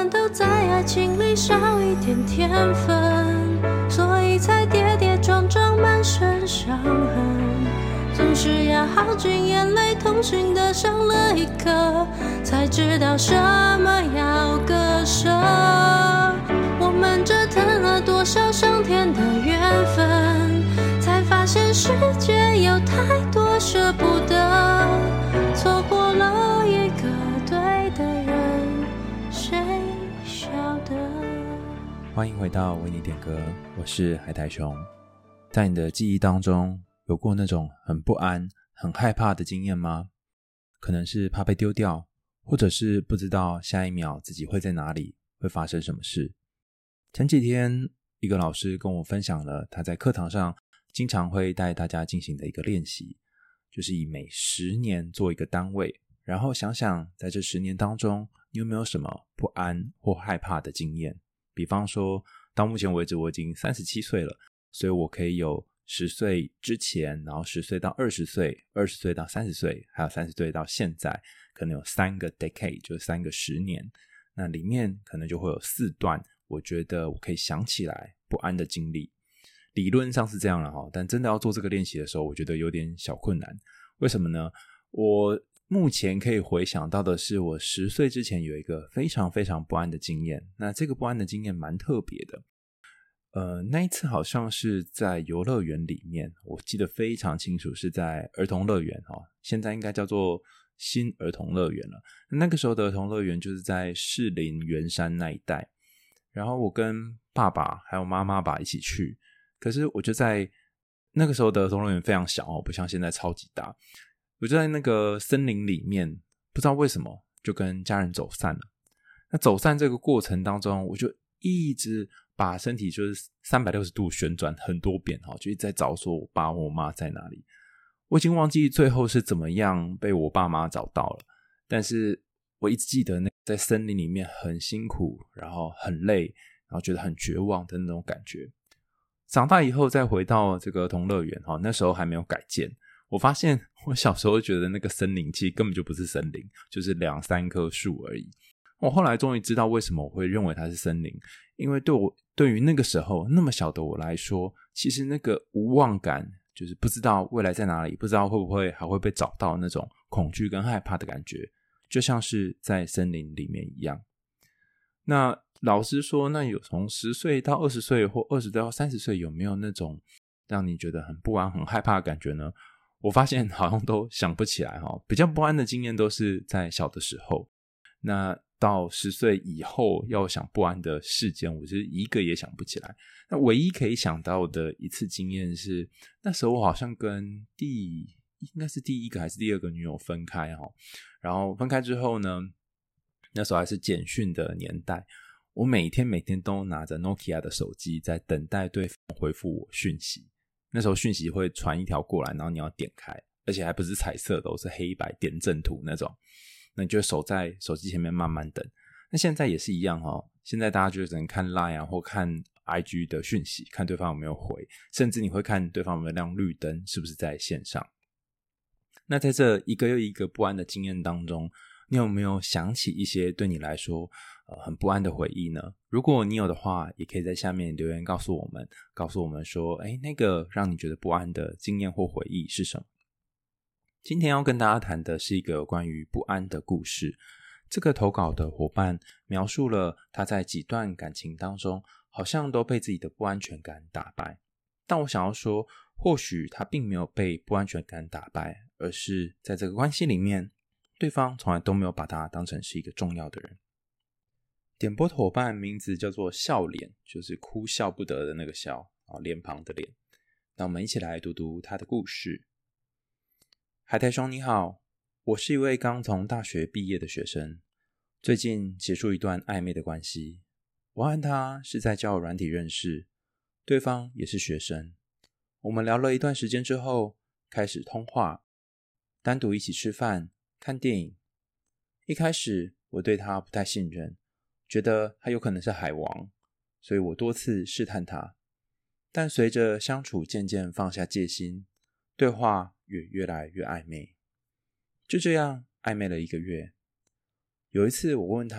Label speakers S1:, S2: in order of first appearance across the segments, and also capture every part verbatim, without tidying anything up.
S1: 们都在爱情里少一点天分，所以才跌跌撞撞满身伤痕。总是要耗尽眼泪，痛心的伤了一颗，才知道什么要割舍。我们折腾了多少上天的缘分，才发现世界有太多舍不得，错过了一个对的人，谁晓得。
S2: 欢迎回到为你点歌，我是海苔熊。在你的记忆当中，有过那种很不安、很害怕的经验吗？可能是怕被丢掉，或者是不知道下一秒自己会在哪里，会发生什么事。前几天一个老师跟我分享了他在课堂上经常会带大家进行的一个练习，就是以每十年做一个单位，然后想想在这十年当中你有没有什么不安或害怕的经验。比方说到目前为止我已经三十七岁了，所以我可以有十岁之前，然后十岁到二十岁，二十岁到三十岁，还有三十岁到现在，可能有三个 decade， 就是三个十年。那里面可能就会有四段我觉得我可以想起来不安的经历。理论上是这样了齁，但真的要做这个练习的时候，我觉得有点小困难。为什么呢？我目前可以回想到的是，我十岁之前有一个非常非常不安的经验。那这个不安的经验蛮特别的。呃，那一次好像是在游乐园里面，我记得非常清楚，是在儿童乐园齁，现在应该叫做新儿童乐园了。那个时候的儿童乐园就是在士林圆山那一带，然后我跟爸爸还有妈妈吧一起去。可是我就在那个时候的儿童乐园非常小哦，不像现在超级大。我就在那个森林里面，不知道为什么就跟家人走散了。那走散这个过程当中，我就一直把身体就是三百六十度旋转很多遍，就一直在找说我爸我妈在哪里。我已经忘记最后是怎么样被我爸妈找到了，但是我一直记得那在森林里面很辛苦，然后很累，然后觉得很绝望的那种感觉。长大以后再回到这个儿童乐园，那时候还没有改建，我发现我小时候觉得那个森林其实根本就不是森林，就是两三棵树而已。我后来终于知道为什么我会认为它是森林，因为对我对于那个时候那么小的我来说，其实那个无望感，就是不知道未来在哪里，不知道会不会还会被找到那种恐惧跟害怕的感觉，就像是在森林里面一样。那老师说，那有从十岁到二十岁或二十到三十岁有没有那种让你觉得很不安很害怕的感觉呢？我发现好像都想不起来齁，比较不安的经验都是在小的时候。那到十岁以后要想不安的事件，我是一个也想不起来。那唯一可以想到的一次经验是，那时候我好像跟第应该是第一个还是第二个女友分开齁，然后分开之后呢，那时候还是简讯的年代，我每天每天都拿着 Nokia 的手机在等待对方回复我讯息。那时候讯息会传一条过来，然后你要点开，而且还不是彩色的，都是黑白点阵图那种。那你就守在手机前面慢慢等。那现在也是一样哦，现在大家就只能看 Line 啊，或看 I G 的讯息，看对方有没有回，甚至你会看对方有没有亮绿灯，是不是在线上。那在这一个又一个不安的经验当中，你有没有想起一些对你来说呃很不安的回忆呢？如果你有的话，也可以在下面留言告诉我们，告诉我们说，诶，那个让你觉得不安的经验或回忆是什么？今天要跟大家谈的是一个关于不安的故事。这个投稿的伙伴描述了他在几段感情当中好像都被自己的不安全感打败，但我想要说，或许他并没有被不安全感打败，而是在这个关系里面，对方从来都没有把他当成是一个重要的人。点播的伙伴名字叫做笑脸，就是哭笑不得的那个笑，脸庞的脸。那我们一起来读读他的故事。海苔兄你好，我是一位刚从大学毕业的学生，最近结束一段暧昧的关系。我和他是在交友软体认识，对方也是学生。我们聊了一段时间之后，开始通话，单独一起吃饭、看电影。一开始我对他不太信任，觉得他有可能是海王，所以我多次试探他。但随着相处渐渐放下戒心，对话也越来越暧昧。就这样暧昧了一个月。有一次我问他，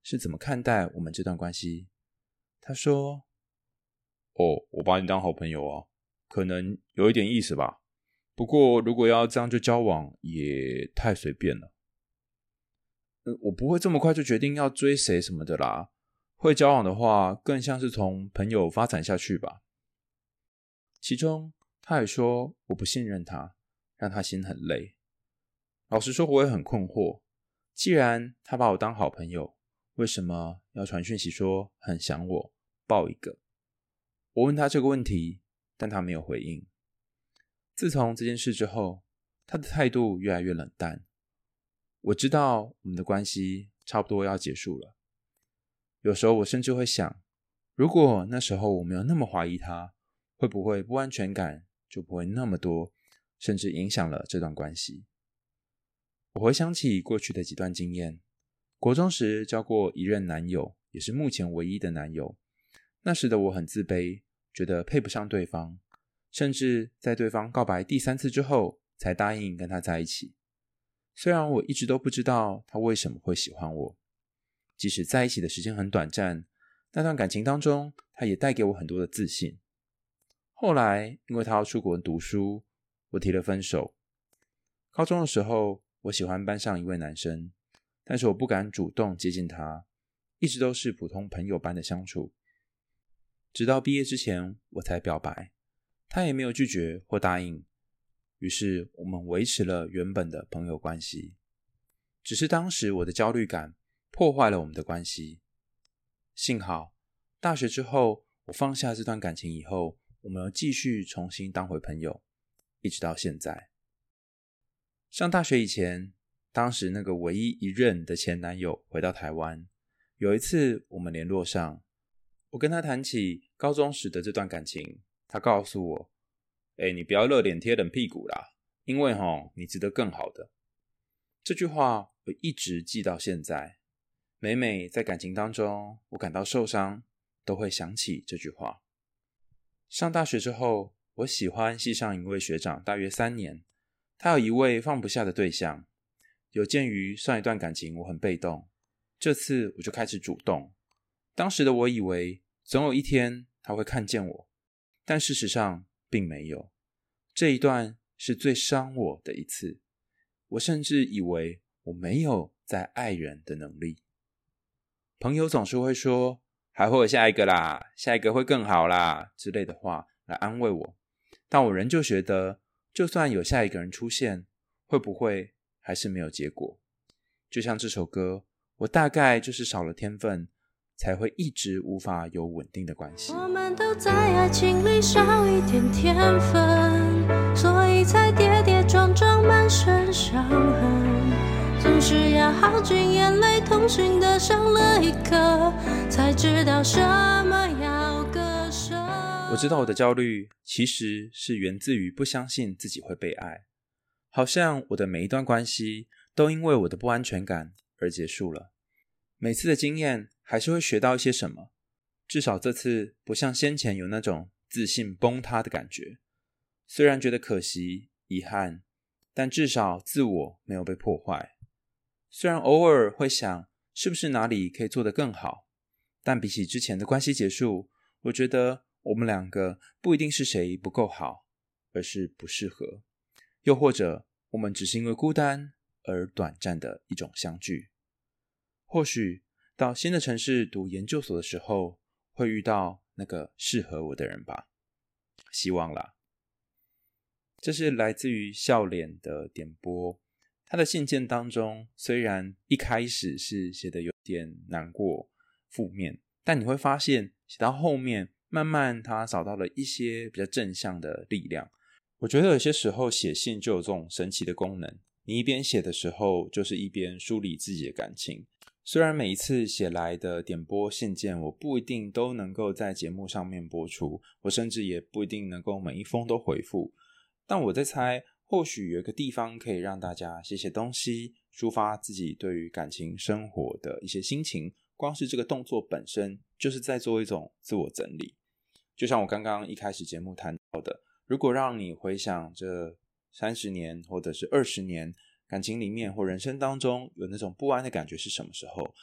S2: 是怎么看待我们这段关系。他说，哦，我把你当好朋友啊，可能有一点意思吧，不过如果要这样就交往也太随便了。呃，我不会这么快就决定要追谁什么的啦，会交往的话更像是从朋友发展下去吧。其中他也说我不信任他，让他心很累。老实说我也很困惑，既然他把我当好朋友，为什么要传讯息说很想我，抱一个？我问他这个问题，但他没有回应。自从这件事之后，他的态度越来越冷淡。我知道我们的关系差不多要结束了。有时候我甚至会想，如果那时候我没有那么怀疑他，会不会不安全感就不会那么多，甚至影响了这段关系。我回想起过去的几段经验，国中时交过一任男友，也是目前唯一的男友。那时的我很自卑，觉得配不上对方，甚至在对方告白第三次之后才答应跟他在一起。虽然我一直都不知道他为什么会喜欢我，即使在一起的时间很短暂，那段感情当中他也带给我很多的自信。后来因为他要出国读书，我提了分手。高中的时候我喜欢班上一位男生，但是我不敢主动接近他，一直都是普通朋友般的相处。直到毕业之前我才表白，他也没有拒绝或答应，于是我们维持了原本的朋友关系。只是当时我的焦虑感破坏了我们的关系。幸好大学之后我放下这段感情以后，我们又继续重新当回朋友，一直到现在。上大学以前，当时那个唯一一任的前男友回到台湾，有一次我们联络上，我跟他谈起高中时的这段感情，他告诉我，欸，你不要热脸贴冷屁股啦，因为齁，你值得更好的。这句话我一直记到现在，每每在感情当中我感到受伤，都会想起这句话。上大学之后，我喜欢系上一位学长大约三年，他有一位放不下的对象。有鉴于上一段感情我很被动，这次我就开始主动。当时的我以为总有一天他会看见我，但事实上并没有。这一段是最伤我的一次，我甚至以为我没有再爱人的能力。朋友总是会说，还会有下一个啦，下一个会更好啦之类的话来安慰我，但我仍旧觉得，就算有下一个人出现，会不会还是没有结果？就像这首歌，我大概就是少了天分，才会一直无法有稳定的关系。
S1: 我们都在爱情里少一点天分，所以才跌跌撞撞满身伤痕，总是要耗尽眼泪痛心的伤了一颗，才知道什么要割舍。
S2: 我知道我的焦虑其实是源自于不相信自己会被爱，好像我的每一段关系都因为我的不安全感而结束了。每次的经验还是会学到一些什么，至少这次不像先前有那种自信崩塌的感觉。虽然觉得可惜遗憾，但至少自我没有被破坏。虽然偶尔会想是不是哪里可以做得更好，但比起之前的关系结束，我觉得我们两个不一定是谁不够好，而是不适合，又或者我们只是因为孤单而短暂的一种相聚。或许到新的城市读研究所的时候，会遇到那个适合我的人吧，希望啦。这是来自于笑脸的点播，他的信件当中虽然一开始是写得有点难过负面，但你会发现写到后面慢慢他找到了一些比较正向的力量。我觉得有些时候写信就有这种神奇的功能，你一边写的时候就是一边梳理自己的感情。虽然每一次写来的点播信件我不一定都能够在节目上面播出，我甚至也不一定能够每一封都回复，但我在猜或许有一个地方可以让大家写写东西，抒发自己对于感情生活的一些心情，光是这个动作本身就是在做一种自我整理。就像我刚刚一开始节目谈到的，如果让你回想这三十年或者是二十年感情里面或人生当中有那种不安的感觉是什么时候，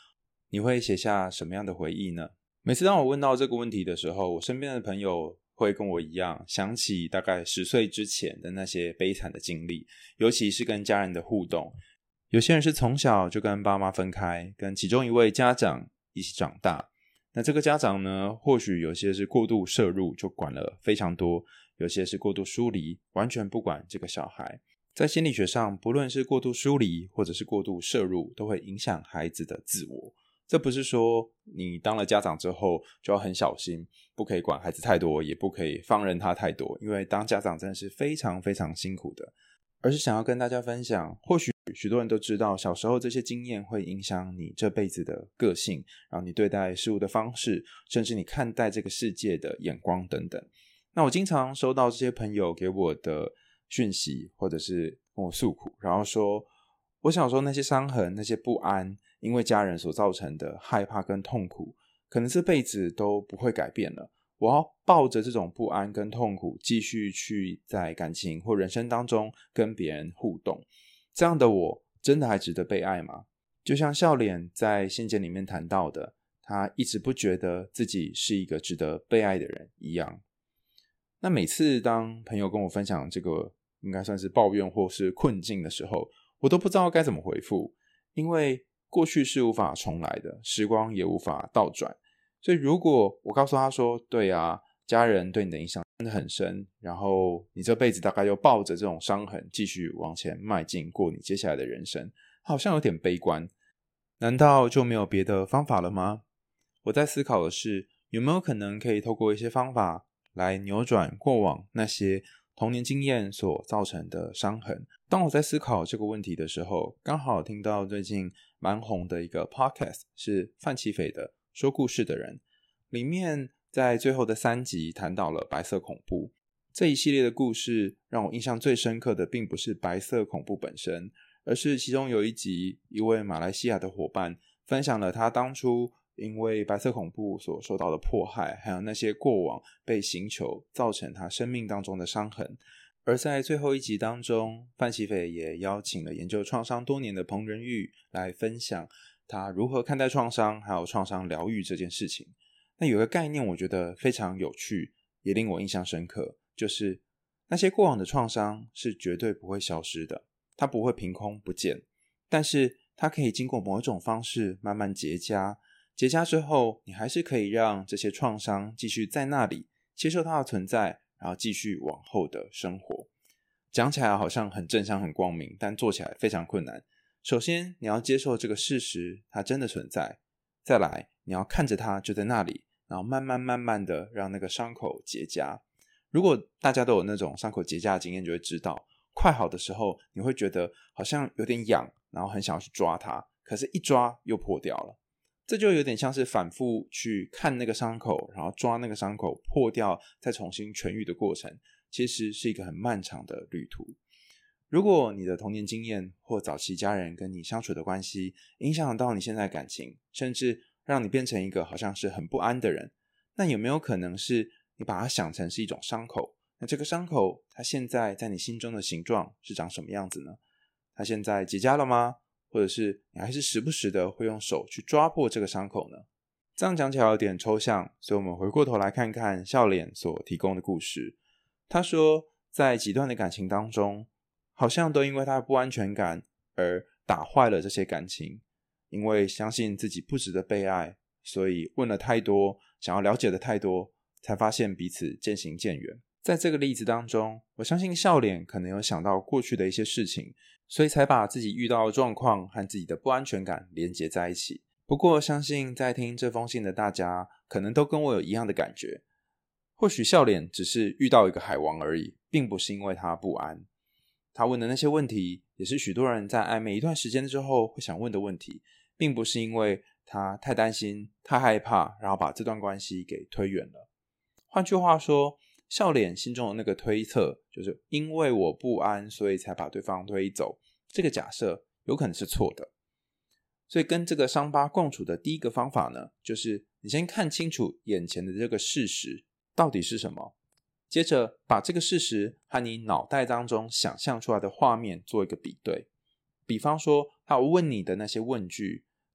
S2: 你会写下什么样的回忆呢？每次当我问到这个问题的时候，我身边的朋友会跟我一样想起大概十岁之前的那些悲惨的经历，尤其是跟家人的互动。有些人是从小就跟爸妈分开，跟其中一位家长一起长大。那这个家长呢，或许有些是过度摄入，就管了非常多，有些是过度疏离，完全不管这个小孩。在心理学上，不论是过度疏离或者是过度摄入，都会影响孩子的自我。这不是说你当了家长之后就要很小心，不可以管孩子太多，也不可以放任他太多，因为当家长真的是非常非常辛苦的。而是想要跟大家分享，或许许多人都知道小时候这些经验会影响你这辈子的个性，然后你对待事物的方式，甚至你看待这个世界的眼光等等。那我经常收到这些朋友给我的讯息，或者是跟我诉苦，然后说我小时候那些伤痕，那些不安，因为家人所造成的害怕跟痛苦，可能这辈子都不会改变了。我要抱着这种不安跟痛苦，继续去在感情或人生当中跟别人互动。这样的我真的还值得被爱吗？就像笑脸在信件里面谈到的，他一直不觉得自己是一个值得被爱的人一样。那每次当朋友跟我分享这个应该算是抱怨或是困境的时候，我都不知道该怎么回复，因为过去是无法重来的，时光也无法倒转。所以如果我告诉他说，对啊，家人对你的影响真的很深，然后你这辈子大概又抱着这种伤痕继续往前迈进，过你接下来的人生，好像有点悲观。难道就没有别的方法了吗？我在思考的是，有没有可能可以透过一些方法来扭转过往那些童年经验所造成的伤痕。当我在思考这个问题的时候，刚好听到最近蛮红的一个 podcast 是范琪斐的说故事的人，里面在最后的三集谈到了白色恐怖。这一系列的故事让我印象最深刻的并不是白色恐怖本身，而是其中有一集一位马来西亚的伙伴分享了他当初因为白色恐怖所受到的迫害，还有那些过往被刑求造成他生命当中的伤痕。而在最后一集当中，范琪斐也邀请了研究创伤多年的彭仁玉来分享他如何看待创伤还有创伤疗愈这件事情。那有个概念我觉得非常有趣，也令我印象深刻，就是那些过往的创伤是绝对不会消失的，它不会凭空不见，但是它可以经过某一种方式慢慢结痂，结痂之后你还是可以让这些创伤继续在那里，接受它的存在，然后继续往后的生活。讲起来好像很正向很光明，但做起来非常困难。首先你要接受这个事实，它真的存在，再来你要看着它就在那里，然后慢慢慢慢的让那个伤口结痂。如果大家都有那种伤口结痂的经验，就会知道快好的时候你会觉得好像有点痒，然后很想要去抓它，可是一抓又破掉了。这就有点像是反复去看那个伤口，然后抓那个伤口破掉再重新痊愈的过程，其实是一个很漫长的旅途。如果你的童年经验或早期家人跟你相处的关系影响到你现在的感情，甚至让你变成一个好像是很不安的人，那有没有可能是你把它想成是一种伤口？那这个伤口它现在在你心中的形状是长什么样子呢？它现在结痂了吗？或者是你还是时不时的会用手去抓破这个伤口呢？这样讲起来有点抽象，所以我们回过头来看看笑脸所提供的故事。他说在几段的感情当中，好像都因为他的不安全感而打坏了这些感情，因为相信自己不值得被爱，所以问了太多，想要了解的太多，才发现彼此渐行渐远。在这个例子当中，我相信笑脸可能有想到过去的一些事情，所以才把自己遇到的状况和自己的不安全感连结在一起。不过相信在听这封信的大家可能都跟我有一样的感觉，或许笑脸只是遇到一个海王而已，并不是因为他不安。他问的那些问题也是许多人在暧昧一段时间之后会想问的问题，并不是因为他太担心太害怕，然后把这段关系给推远了。换句话说，笑脸心中的那个推测，就是因为我不安所以才把对方推走，这个假设有可能是错的。所以跟这个伤疤共处的第一个方法呢，就是你先看清楚眼前的这个事实到底是什么，接着把这个事实和你脑袋当中想象出来的画面做一个比对。比方说他问你的那些问句，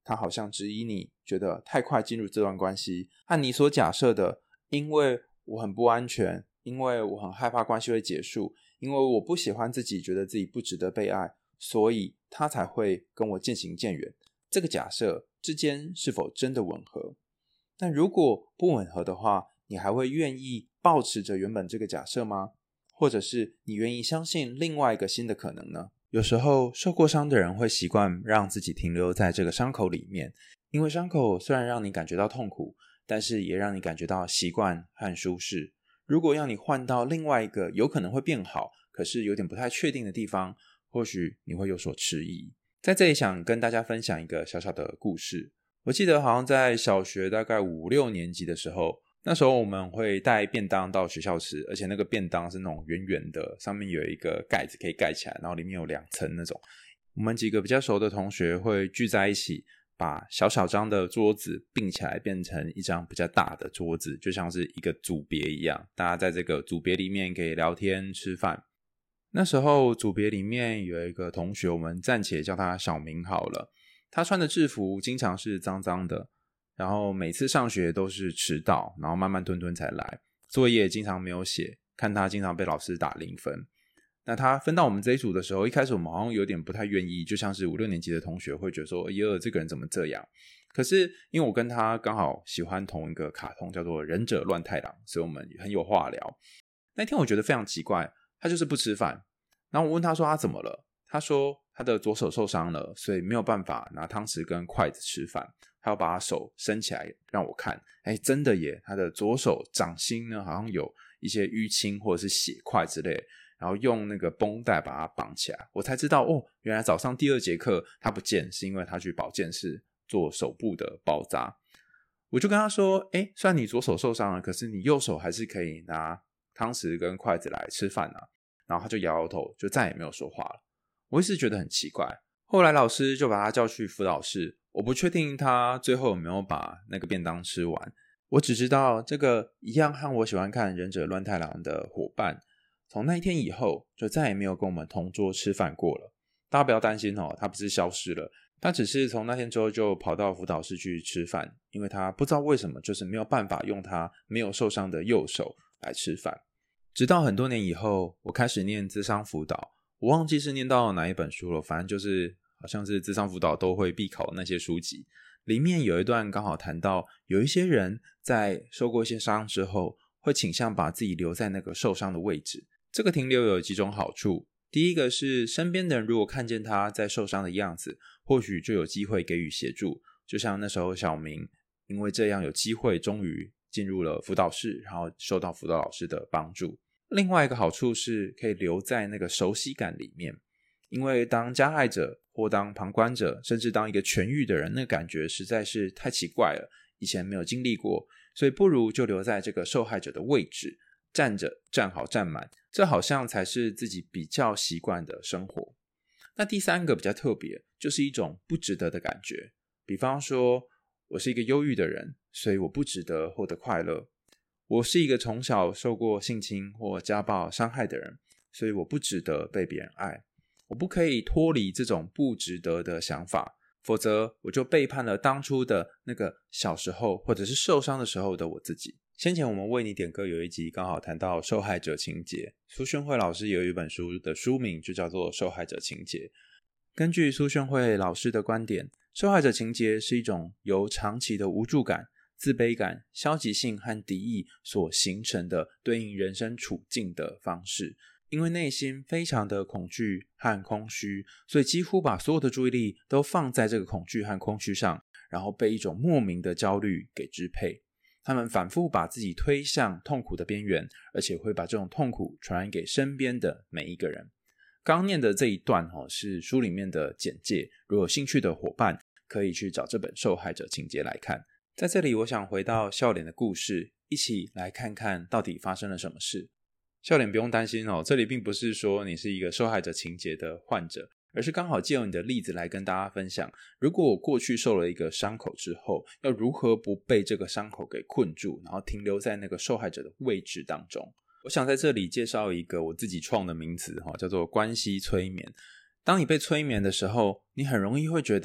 S2: 他好像质疑你觉得太快进入这段关系，和你所假设的因为我很不安全，因为我很害怕关系会结束，因为我不喜欢自己，觉得自己不值得被爱，所以他才会跟我渐行渐远，这个假设之间是否真的吻合？但如果不吻合的话，你还会愿意抱持着原本这个假设吗？或者是你愿意相信另外一个新的可能呢？有时候受过伤的人会习惯让自己停留在这个伤口里面，因为伤口虽然让你感觉到痛苦，但是也让你感觉到习惯和舒适。如果要你换到另外一个有可能会变好，可是有点不太确定的地方，或许你会有所迟疑。在这里想跟大家分享一个小小的故事。我记得好像在小学大概五六年级的时候，那时候我们会带便当到学校吃，而且那个便当是那种圆圆的，上面有一个盖子可以盖起来，然后里面有两层那种。我们几个比较熟的同学会聚在一起，把小小张的桌子并起来变成一张比较大的桌子，就像是一个组别一样，大家在这个组别里面可以聊天吃饭。那时候组别里面有一个同学，我们暂且叫他小明好了，他穿的制服经常是脏脏的，然后每次上学都是迟到，然后慢慢吞吞才来，作业经常没有写，看他经常被老师打零分。那他分到我们这一组的时候，一开始我们好像有点不太愿意，就像是五六年级的同学会觉得说，耶，这个人怎么这样？可是因为我跟他刚好喜欢同一个卡通叫做忍者乱太郎，所以我们很有话聊。那天我觉得非常奇怪，他就是不吃饭，然后我问他说他怎么了，他说他的左手受伤了，所以没有办法拿汤匙跟筷子吃饭，他要把他手伸起来让我看。哎，真的耶，他的左手掌心呢好像有一些淤青或者是血块之类的，然后用那个绷带把它绑起来。我才知道哦，原来早上第二节课他不见是因为他去保健室做手部的包扎。我就跟他说，哎，虽然你左手受伤了，可是你右手还是可以拿汤匙跟筷子来吃饭啊。然后他就摇摇头，就再也没有说话了。我一直觉得很奇怪，后来老师就把他叫去辅导室，我不确定他最后有没有把那个便当吃完，我只知道这个一样和我喜欢看忍者乱太郎的伙伴，从那一天以后就再也没有跟我们同桌吃饭过了。大家不要担心哦，他不是消失了，他只是从那天之后就跑到辅导室去吃饭，因为他不知道为什么就是没有办法用他没有受伤的右手来吃饭。直到很多年以后，我开始念諮商輔導，我忘記是念到哪一本書了，反正就是好像是諮商輔導都會必考的那些書籍，裡面有一段剛好談到有一些人在受過一些傷之後會傾向把自己留在那個受傷的位置。這個停留有幾種好處，第一個是身邊的人如果看見他在受傷的樣子，或許就有機會給予協助，就像那時候小明因為這樣有機會終於進入了輔導室，然後受到輔導老師的幫助。另外一個好處是可以留在那個熟悉感裡面，因為當加害者或當旁觀者，甚至當一個痊癒的人，那個感覺實在是太奇怪了，以前沒有經歷過，所以不如就留在這個受害者的位置，站着站好站滿，這好像才是自己比較習慣的生活。那第三個比較特別，就是一種不值得的感覺，比方說我是一個憂鬱的人，所以我不值得獲得快樂。我是一個從小受過性侵或家暴傷害的人，所以我不值得被別人愛。我不可以脫離這種不值得的想法，否則我就背叛了當初的那個小時候或者是受傷的時候的我自己。先前我們為你點歌有一集剛好談到受害者情節，蘇絢慧老師有一本書的書名就叫做受害者情節。根據蘇絢慧老師的觀點，受害者情節是一種由長期的無助感、自卑感、消極性和敵意所形成的對應人生處境的方式。因為內心非常的恐懼和空虛，所以幾乎把所有的注意力都放在這個恐懼和空虛上，然後被一種莫名的焦慮給支配。他們反覆把自己推向痛苦的邊緣，而且會把這種痛苦傳染給身邊的每一個人。剛念的這一段是書裡面的簡介，如果有興趣的夥伴可以去找這本受害者情節來看。在這裡我想回到笑臉的故事，一起來看看到底發生了什麼事。笑臉不用擔心哦，這裡並不是說你是一個受害者情節的患者，而是剛好借由你的例子來跟大家分享，如果我過去受了一個傷口之後，要如何不被這個傷口給困住，然後停留在那個受害者的位置當中。我想在這裡介紹一個我自己創的名詞，叫做關係催眠。當你被催眠的時候，你很容易會覺得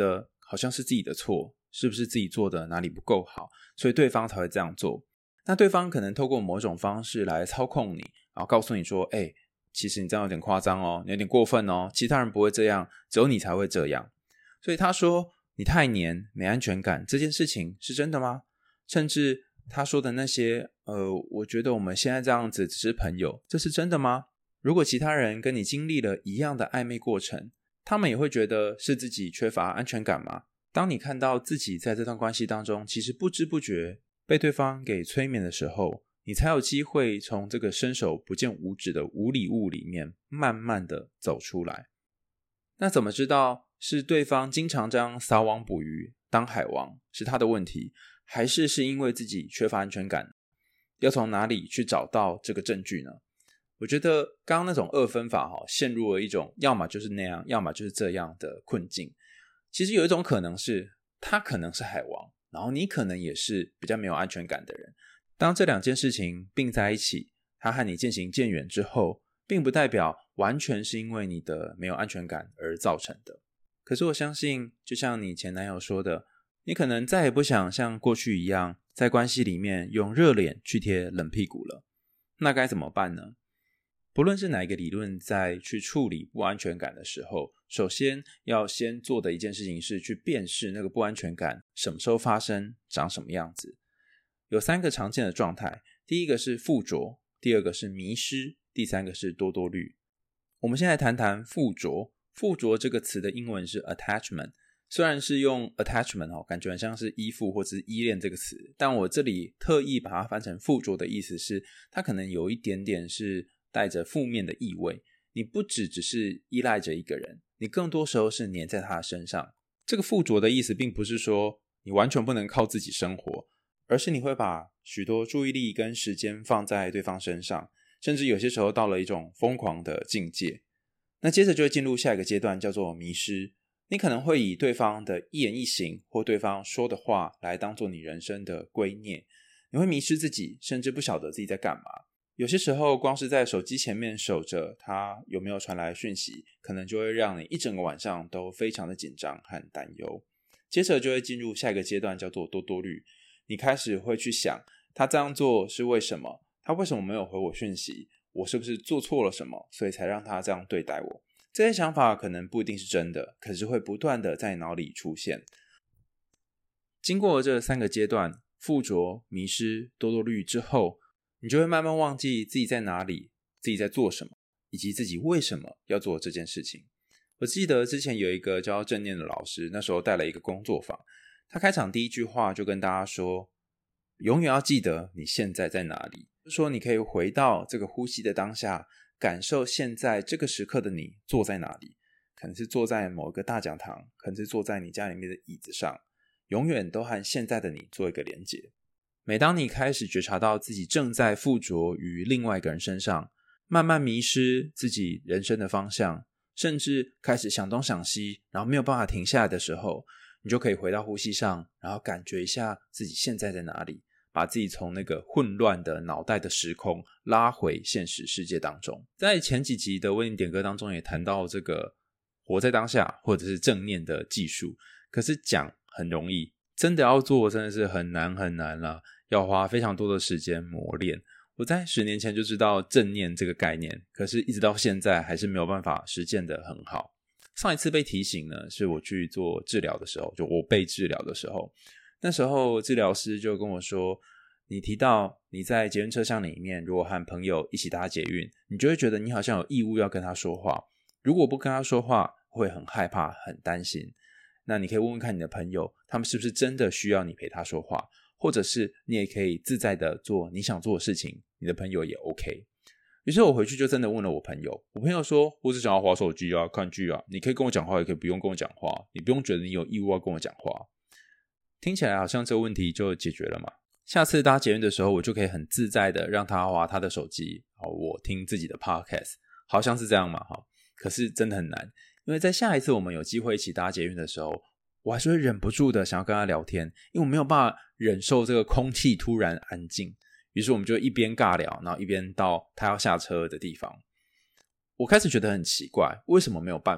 S2: 好像是自己的错，是不是自己做的哪里不够好，所以对方才会这样做。那对方可能透过某种方式来操控你，然后告诉你说，哎，其实你这样有点夸张哦，你有点过分哦，其他人不会这样，只有你才会这样。所以他说你太黏没安全感这件事情是真的吗？甚至他说的那些呃，我觉得我们现在这样子只是朋友，这是真的吗？如果其他人跟你经历了一样的暧昧过程，他们也会觉得是自己缺乏安全感吗？当你看到自己在这段关系当中其实不知不觉被对方给催眠的时候，你才有机会从这个伸手不见五指的无礼物里面慢慢的走出来。那怎么知道是对方经常这样撒网捕鱼当海王是他的问题，还是是因为自己缺乏安全感？要从哪里去找到这个证据呢？我觉得刚刚那种二分法、哦、陷入了一种要么就是那样要么就是这样的困境。其实有一种可能是他可能是海王，然后你可能也是比较没有安全感的人。当这两件事情并在一起，他和你渐行渐远之后，并不代表完全是因为你的没有安全感而造成的。可是我相信就像你前男友说的，你可能再也不想像过去一样在关系里面用热脸去贴冷屁股了。那该怎么办呢？不论是哪一个理论在去处理不安全感的时候，首先要先做的一件事情是去辨识那个不安全感什么时候发生，长什么样子。有三个常见的状态，第一个是附着，第二个是迷失，第三个是多多虑。我们先来谈谈附着。附着这个词的英文是 attachment， 虽然是用 attachment、哦、感觉很像是依附或者是依恋这个词，但我这里特意把它翻成附着的意思是它可能有一点点是带着负面的意味。你不只只是依赖着一个人，你更多时候是黏在他的身上。这个附着的意思并不是说你完全不能靠自己生活，而是你会把许多注意力跟时间放在对方身上，甚至有些时候到了一种疯狂的境界。那接着就会进入下一个阶段，叫做迷失。你可能会以对方的一言一行或对方说的话来当做你人生的圭臬，你会迷失自己，甚至不晓得自己在干嘛。有些时候光是在手机前面守着他有没有传来讯息，可能就会让你一整个晚上都非常的紧张和担忧。接着就会进入下一个阶段，叫做多多虑。你开始会去想他这样做是为什么，他为什么没有回我讯息，我是不是做错了什么，所以才让他这样对待我。这些想法可能不一定是真的，可是会不断的在脑里出现。经过这三个阶段，附着、迷失、多多虑之后，你就会慢慢忘记自己在哪里，自己在做什么，以及自己为什么要做这件事情。我记得之前有一个教正念的老师，那时候带了一个工作坊，他开场第一句话就跟大家说，永远要记得你现在在哪里，就是说你可以回到这个呼吸的当下，感受现在这个时刻的你坐在哪里，可能是坐在某一个大讲堂，可能是坐在你家里面的椅子上，永远都和现在的你做一个连结。每当你开始觉察到自己正在附着于另外一个人身上，慢慢迷失自己人生的方向，甚至开始想东想西，然后没有办法停下来的时候，你就可以回到呼吸上，然后感觉一下自己现在在哪里，把自己从那个混乱的脑袋的时空拉回现实世界当中。在前几集的为你点歌当中也谈到这个活在当下或者是正念的技术，可是讲很容易，真的要做真的是很难很难啦，要花非常多的时间磨练。我在十年前就知道正念这个概念，可是一直到现在还是没有办法实践得很好。上一次被提醒呢，是我去做治疗的时候，就我被治疗的时候，那时候治疗师就跟我说，你提到你在捷运车厢里面如果和朋友一起搭捷运，你就会觉得你好像有义务要跟他说话，如果不跟他说话会很害怕很担心。那你可以问问看你的朋友，他们是不是真的需要你陪他说话，或者是你也可以自在的做你想做的事情，你的朋友也 OK。 于是我回去就真的问了我朋友，我朋友说我只想要滑手机啊看剧啊，你可以跟我讲话也可以不用跟我讲话，你不用觉得你有义务要跟我讲话。听起来好像这个问题就解决了嘛。下次搭捷运的时候我就可以很自在的让他滑他的手机，我听自己的 podcast， 好像是这样嘛。可是真的很难，因为在下一次我们有机会一起搭捷运的时候，我还是会忍不住的想要跟他聊天，因为我没有办法忍受这个空气突然安静。于是我们就一边尬聊，然后一边到他要下车的地方。我开始觉得很奇怪，为什么没有办法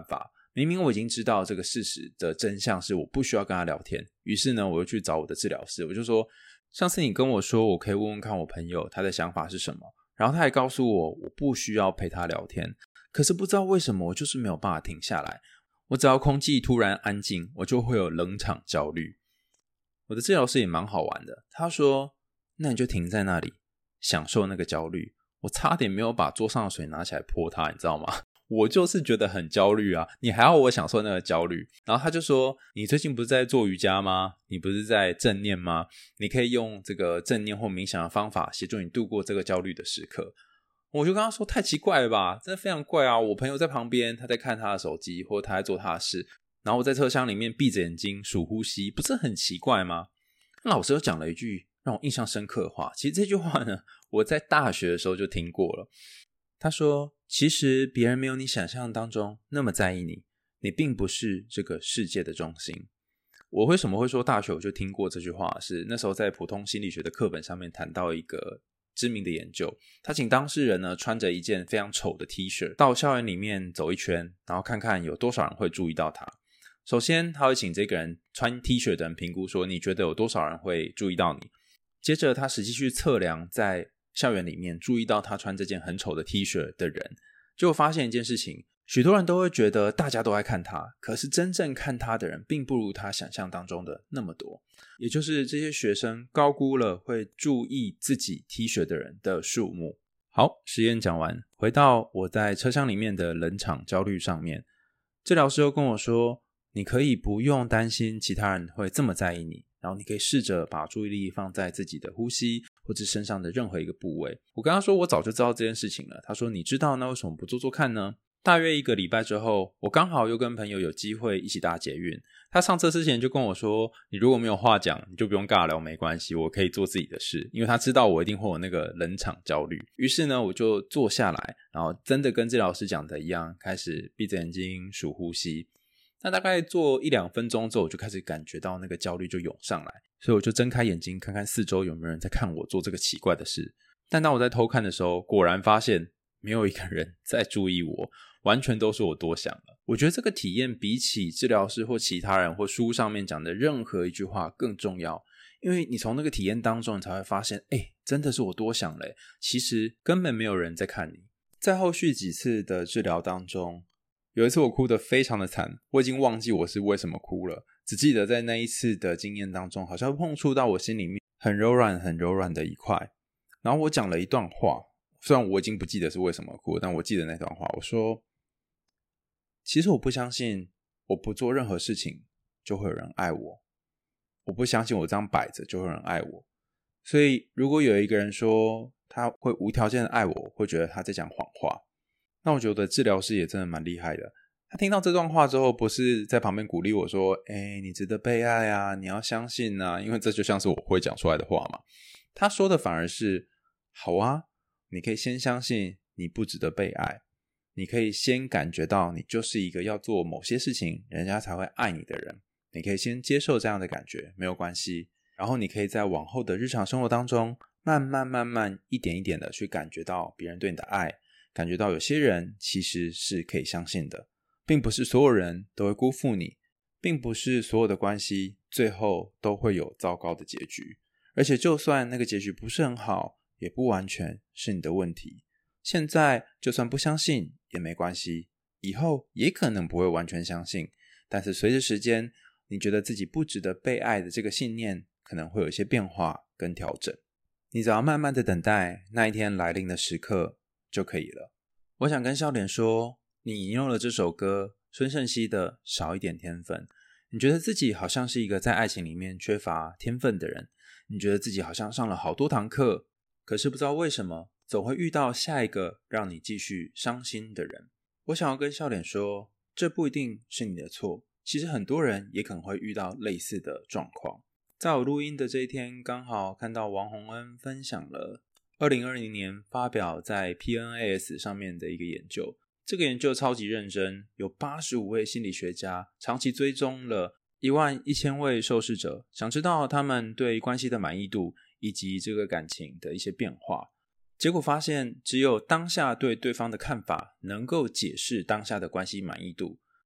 S2: 明明我已经知道这个事实的真相是我不需要跟他聊天，于是呢，我又去找我的治疗师，我就说，上次你跟我说我可以问问看我朋友他的想法是什么，然后他还告诉我我不需要陪他聊天，可是不知道为什么我就是没有办法停下来，我只要空气突然安静，我就会有冷场焦虑。我的治疗师也蛮好玩的，他说，那你就停在那里享受那个焦虑。我差点没有把桌上的水拿起来泼他，你知道吗？我就是觉得很焦虑啊，你还要我享受那个焦虑。然后他就说，你最近不是在做瑜伽吗？你不是在正念吗？你可以用这个正念或冥想的方法协助你度过这个焦虑的时刻。我就跟他说，太奇怪了吧，真的非常怪啊，我朋友在旁边，他在看他的手机，或他在做他的事，然后我在车厢里面闭着眼睛数呼吸，不是很奇怪吗？老师又讲了一句让我印象深刻的话，其实这句话呢，我在大学的时候就听过了。他说，其实别人没有你想象当中那么在意你，你并不是这个世界的中心。我为什么会说大学我就听过这句话，是那时候在普通心理学的课本上面谈到一个知名的研究，他请当事人呢穿着一件非常丑的 T 恤到校园里面走一圈，然后看看有多少人会注意到他。首先他会请这个人穿 T 恤的人评估说，你觉得有多少人会注意到你，接着他实际去测量在校园里面注意到他穿这件很丑的 T 恤的人，结果发现一件事情，许多人都会觉得大家都在看他，可是真正看他的人并不如他想象当中的那么多，也就是这些学生高估了会注意自己 T 恤的人的数目。好，实验讲完，回到我在车厢里面的冷场焦虑上面，治疗师又跟我说，你可以不用担心其他人会这么在意你，然后你可以试着把注意力放在自己的呼吸或者身上的任何一个部位。我跟他说我早就知道这件事情了，他说你知道，那为什么不做做看呢？大约一个礼拜之后，我刚好又跟朋友有机会一起搭捷运，他上车之前就跟我说，你如果没有话讲你就不用尬聊，没关系，我可以做自己的事，因为他知道我一定会有那个冷场焦虑。于是呢，我就坐下来，然后真的跟治疗师讲的一样，开始闭着眼睛数呼吸。那大概做一两分钟之后，我就开始感觉到那个焦虑就涌上来，所以我就睁开眼睛看看四周有没有人在看我做这个奇怪的事。但当我在偷看的时候，果然发现没有一个人在注意我，完全都是我多想了。我觉得这个体验比起治疗师或其他人或书上面讲的任何一句话更重要，因为你从那个体验当中你才会发现，诶，真的是我多想了耶，其实根本没有人在看你。在后续几次的治疗当中，有一次我哭得非常的惨，我已经忘记我是为什么哭了，只记得在那一次的经验当中，好像碰触到我心里面很柔软很柔软的一块。然后我讲了一段话，虽然我已经不记得是为什么哭了，但我记得那段话，我说，其实我不相信我不做任何事情就会有人爱我，我不相信我这样摆着就会有人爱我，所以如果有一个人说他会无条件的爱我，会觉得他在讲谎话。那我觉得治疗师也真的蛮厉害的，他听到这段话之后，不是在旁边鼓励我说，诶，你值得被爱啊，你要相信啊，因为这就像是我会讲出来的话嘛。他说的反而是，好啊，你可以先相信你不值得被爱，你可以先感觉到你就是一个要做某些事情人家才会爱你的人，你可以先接受这样的感觉，没有关系。然后你可以在往后的日常生活当中，慢慢慢慢一点一点的去感觉到别人对你的爱，感觉到有些人其实是可以相信的，并不是所有人都会辜负你，并不是所有的关系最后都会有糟糕的结局，而且就算那个结局不是很好，也不完全是你的问题。现在就算不相信也没关系，以后也可能不会完全相信，但是随着时间，你觉得自己不值得被爱的这个信念可能会有一些变化跟调整，你只要慢慢的等待那一天来临的时刻就可以了。我想跟笑脸说，你引用了这首歌孙盛希的少一点天分，你觉得自己好像是一个在爱情里面缺乏天分的人，你觉得自己好像上了好多堂课，可是不知道为什么总会遇到下一个让你继续伤心的人。我想要跟笑脸说，这不一定是你的错，其实很多人也可能会遇到类似的状况。在我录音的这一天，刚好看到王洪恩分享了二零二零年发表在 P N A S 上面的一个研究。这个研究超级认真，有八十五位心理学家长期追踪了一万一千位受试者，想知道他们对关系的满意度以及这个感情的一些变化。结果发现，只有当下对对方的看法能够解释当下的关系满意度，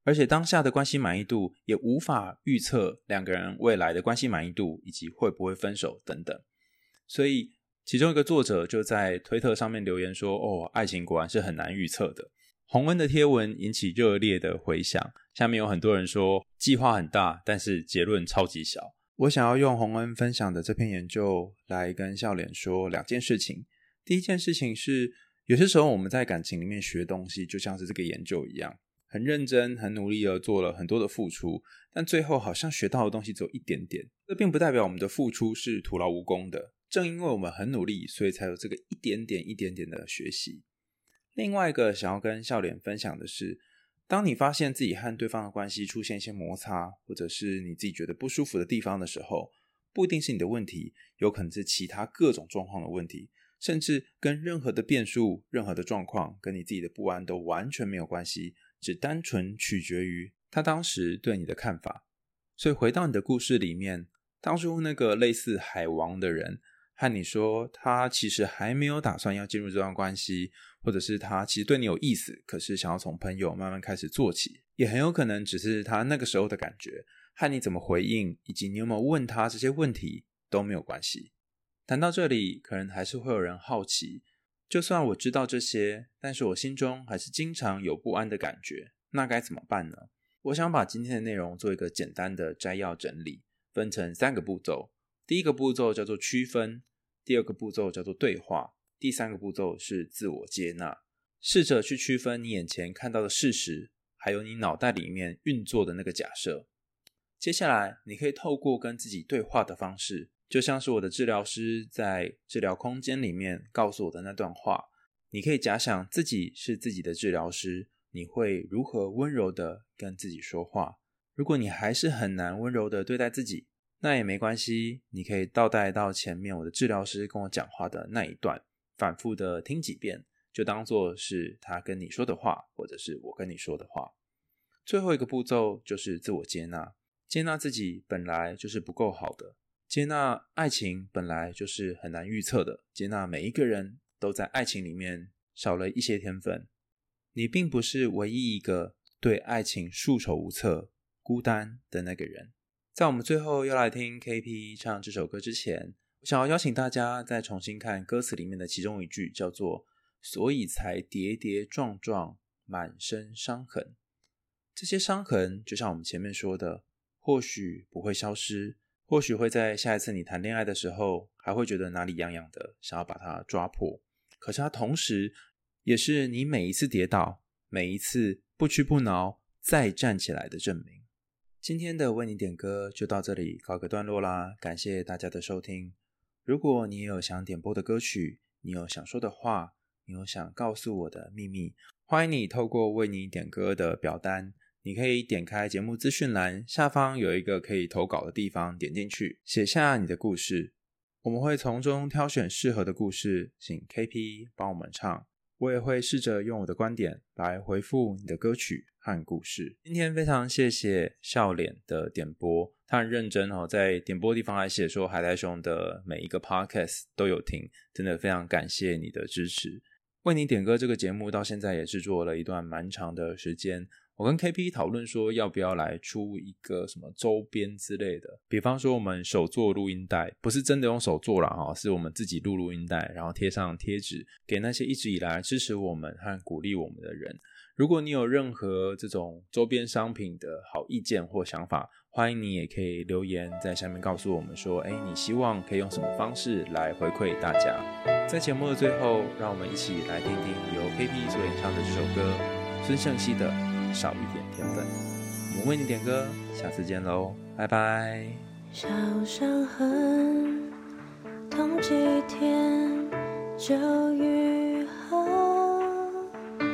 S2: 而且当下的关系满意度也无法预测两个人未来的关系满意度以及会不会分手等等。所以其中一个作者就在推特上面留言说，哦，爱情果然是很难预测的。洪恩的贴文引起热烈的回响，下面有很多人说计划很大，但是结论超级小。我想要用洪恩分享的这篇研究来跟笑脸说两件事情。第一件事情是，有些时候我们在感情里面学东西就像是这个研究一样，很认真很努力的做了很多的付出，但最后好像学到的东西只有一点点。这并不代表我们的付出是徒劳无功的，正因为我们很努力，所以才有这个一点点一点点的学习。另外一个想要跟笑脸分享的是，当你发现自己和对方的关系出现一些摩擦，或者是你自己觉得不舒服的地方的时候，不一定是你的问题，有可能是其他各种状况的问题，甚至跟任何的变数、任何的状况跟你自己的不安都完全没有关系，只单纯取决于他当时对你的看法。所以回到你的故事里面，当初那个类似海王的人和你说他其实还没有打算要进入这段关系，或者是他其实对你有意思，可是想要从朋友慢慢开始做起，也很有可能只是他那个时候的感觉，和你怎么回应以及你有没有问他这些问题都没有关系。谈到这里，可能还是会有人好奇，就算我知道这些，但是我心中还是经常有不安的感觉，那该怎么办呢？我想把今天的内容做一个简单的摘要整理，分成三个步骤。第一个步骤叫做区分，第二个步骤叫做对话，第三个步骤是自我接纳。试着去区分你眼前看到的事实，还有你脑袋里面运作的那个假设。接下来你可以透过跟自己对话的方式，就像是我的治疗师在治疗空间里面告诉我的那段话，你可以假想自己是自己的治疗师，你会如何温柔的跟自己说话。如果你还是很难温柔的对待自己，那也没关系，你可以倒带到前面我的治疗师跟我讲话的那一段，反复的听几遍，就当作是他跟你说的话，或者是我跟你说的话。最后一个步骤就是自我接纳，接纳自己本来就是不够好的，接纳爱情本来就是很难预测的，接纳每一个人都在爱情里面少了一些天分。你并不是唯一一个对爱情束手无策、孤单的那个人。在我们最后要来听 K P 唱这首歌之前，我想要邀请大家再重新看歌词里面的其中一句，叫做所以才跌跌撞撞，满身伤痕。这些伤痕就像我们前面说的，或许不会消失，或许会在下一次你谈恋爱的时候还会觉得哪里痒痒的，想要把它抓破，可是它同时也是你每一次跌倒，每一次不屈不挠再站起来的证明。今天的为你点歌就到这里告个段落啦，感谢大家的收听。如果你也有想点播的歌曲，你有想说的话，你有想告诉我的秘密，欢迎你透过为你点歌的表单，你可以点开节目资讯栏，下方有一个可以投稿的地方，点进去写下你的故事，我们会从中挑选适合的故事，请 K P 帮我们唱。我也会试着用我的观点来回复你的歌曲和故事。今天非常谢谢笑脸的点播，他很认真哦，在点播地方还写说海苔熊的每一个 podcast 都有听，真的非常感谢你的支持。为你点歌这个节目到现在也制作了一段蛮长的时间，我跟 K P 讨论说要不要来出一个什么周边之类的，比方说我们手做录音带，不是真的用手做啦，是我们自己录录音带，然后贴上贴纸给那些一直以来支持我们和鼓励我们的人。如果你有任何这种周边商品的好意见或想法，欢迎你也可以留言在下面告诉我们说，诶，你希望可以用什么方式来回馈大家。在节目的最后，让我们一起来听听由 K P 所演唱的这首歌，孙盛希的少一点天分。我们为你点歌，下次见咯，拜拜。
S1: 小伤痕痛几天就愈合，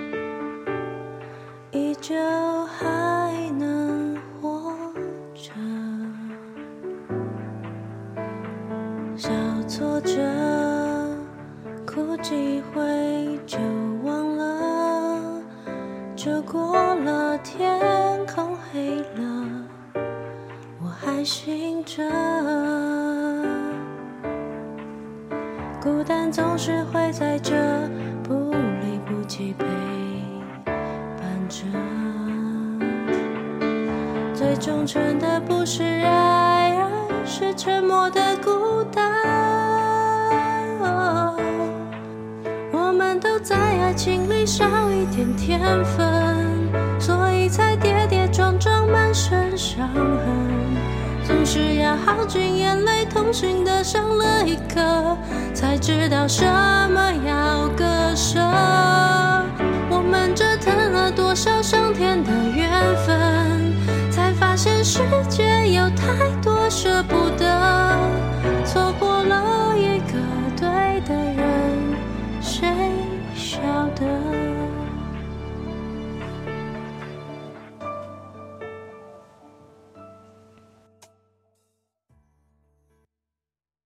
S1: 依旧还能活着。小挫折哭几回就忘了，就过了，天空黑了，我还醒着。孤单总是会在这不离不弃陪伴着。 忠诚的不是爱，而是沉默的孤单。哦，我们都在爱情里少一点天分，所以才跌跌撞撞满身伤痕。总是要耗尽眼泪，痛心的伤了一颗，才知道什么要割舍。我们折腾了多少上天的缘分，才发现世界有太多舍不得。